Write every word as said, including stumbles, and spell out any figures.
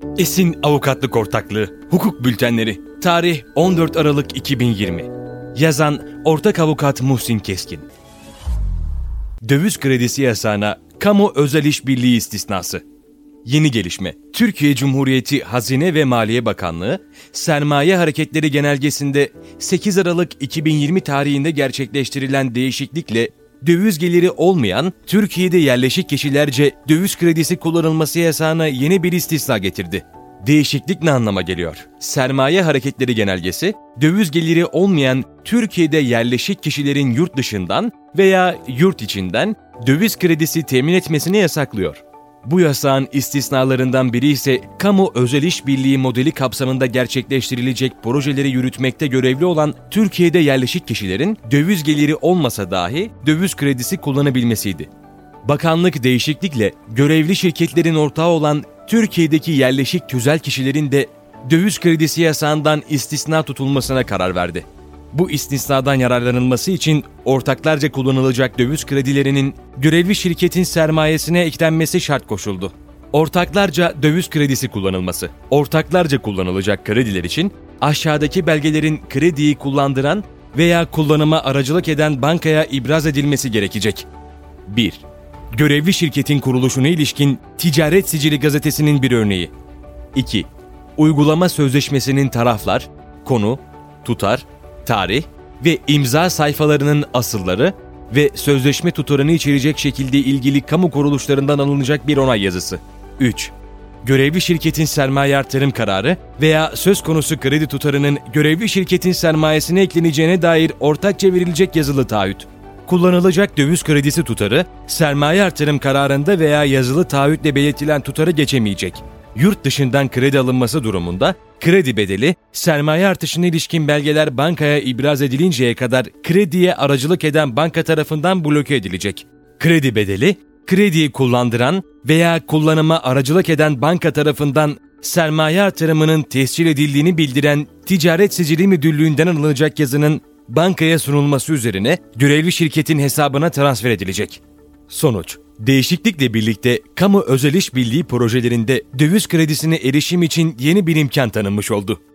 Esin Avukatlık Ortaklığı Hukuk Bültenleri. Tarih on dört Aralık iki bin yirmi. Yazan Ortak Avukat Muhsin Keskin. Döviz kredisi yasağına kamu özel işbirliği istisnası. Yeni gelişme. Türkiye Cumhuriyeti Hazine ve Maliye Bakanlığı, Sermaye Hareketleri Genelgesi'nde sekiz Aralık iki bin yirmi tarihinde gerçekleştirilen değişiklikle döviz geliri olmayan Türkiye'de yerleşik kişilerce döviz kredisi kullanılması yasağına yeni bir istisna getirdi. Değişiklik ne anlama geliyor? Sermaye Hareketleri Genelgesi, döviz geliri olmayan Türkiye'de yerleşik kişilerin yurt dışından veya yurt içinden döviz kredisi temin etmesini yasaklıyor. Bu yasağın istisnalarından biri ise kamu özel işbirliği modeli kapsamında gerçekleştirilecek projeleri yürütmekte görevli olan Türkiye'de yerleşik kişilerin döviz geliri olmasa dahi döviz kredisi kullanabilmesiydi. Bakanlık değişiklikle görevli şirketlerin ortağı olan Türkiye'deki yerleşik tüzel kişilerin de döviz kredisi yasağından istisna tutulmasına karar verdi. Bu istisnadan yararlanılması için ortaklarca kullanılacak döviz kredilerinin görevli şirketin sermayesine eklenmesi şart koşuldu. Ortaklarca döviz kredisi kullanılması. Ortaklarca kullanılacak krediler için aşağıdaki belgelerin krediyi kullandıran veya kullanıma aracılık eden bankaya ibraz edilmesi gerekecek. bir. Görevli şirketin kuruluşuna ilişkin Ticaret Sicili gazetesinin bir örneği. iki. Uygulama sözleşmesinin taraflar, konu, tutar, tarih ve imza sayfalarının asılları ve sözleşme tutarını içerecek şekilde ilgili kamu kuruluşlarından alınacak bir onay yazısı. üç. Görevli şirketin sermaye artırım kararı veya söz konusu kredi tutarının görevli şirketin sermayesine ekleneceğine dair ortakça verilecek yazılı taahhüt. Kullanılacak döviz kredisi tutarı, sermaye artırım kararında veya yazılı taahhütle belirtilen tutarı geçemeyecek. Yurt dışından kredi alınması durumunda kredi bedeli, sermaye artışına ilişkin belgeler bankaya ibraz edilinceye kadar krediye aracılık eden banka tarafından bloke edilecek. Kredi bedeli, krediyi kullandıran veya kullanıma aracılık eden banka tarafından sermaye artırımının tescil edildiğini bildiren Ticaret Sicili Müdürlüğü'nden alınacak yazının bankaya sunulması üzerine görevli şirketin hesabına transfer edilecek. Sonuç: değişiklikle birlikte kamu özel işbirliği projelerinde döviz kredisine erişim için yeni bir imkan tanınmış oldu.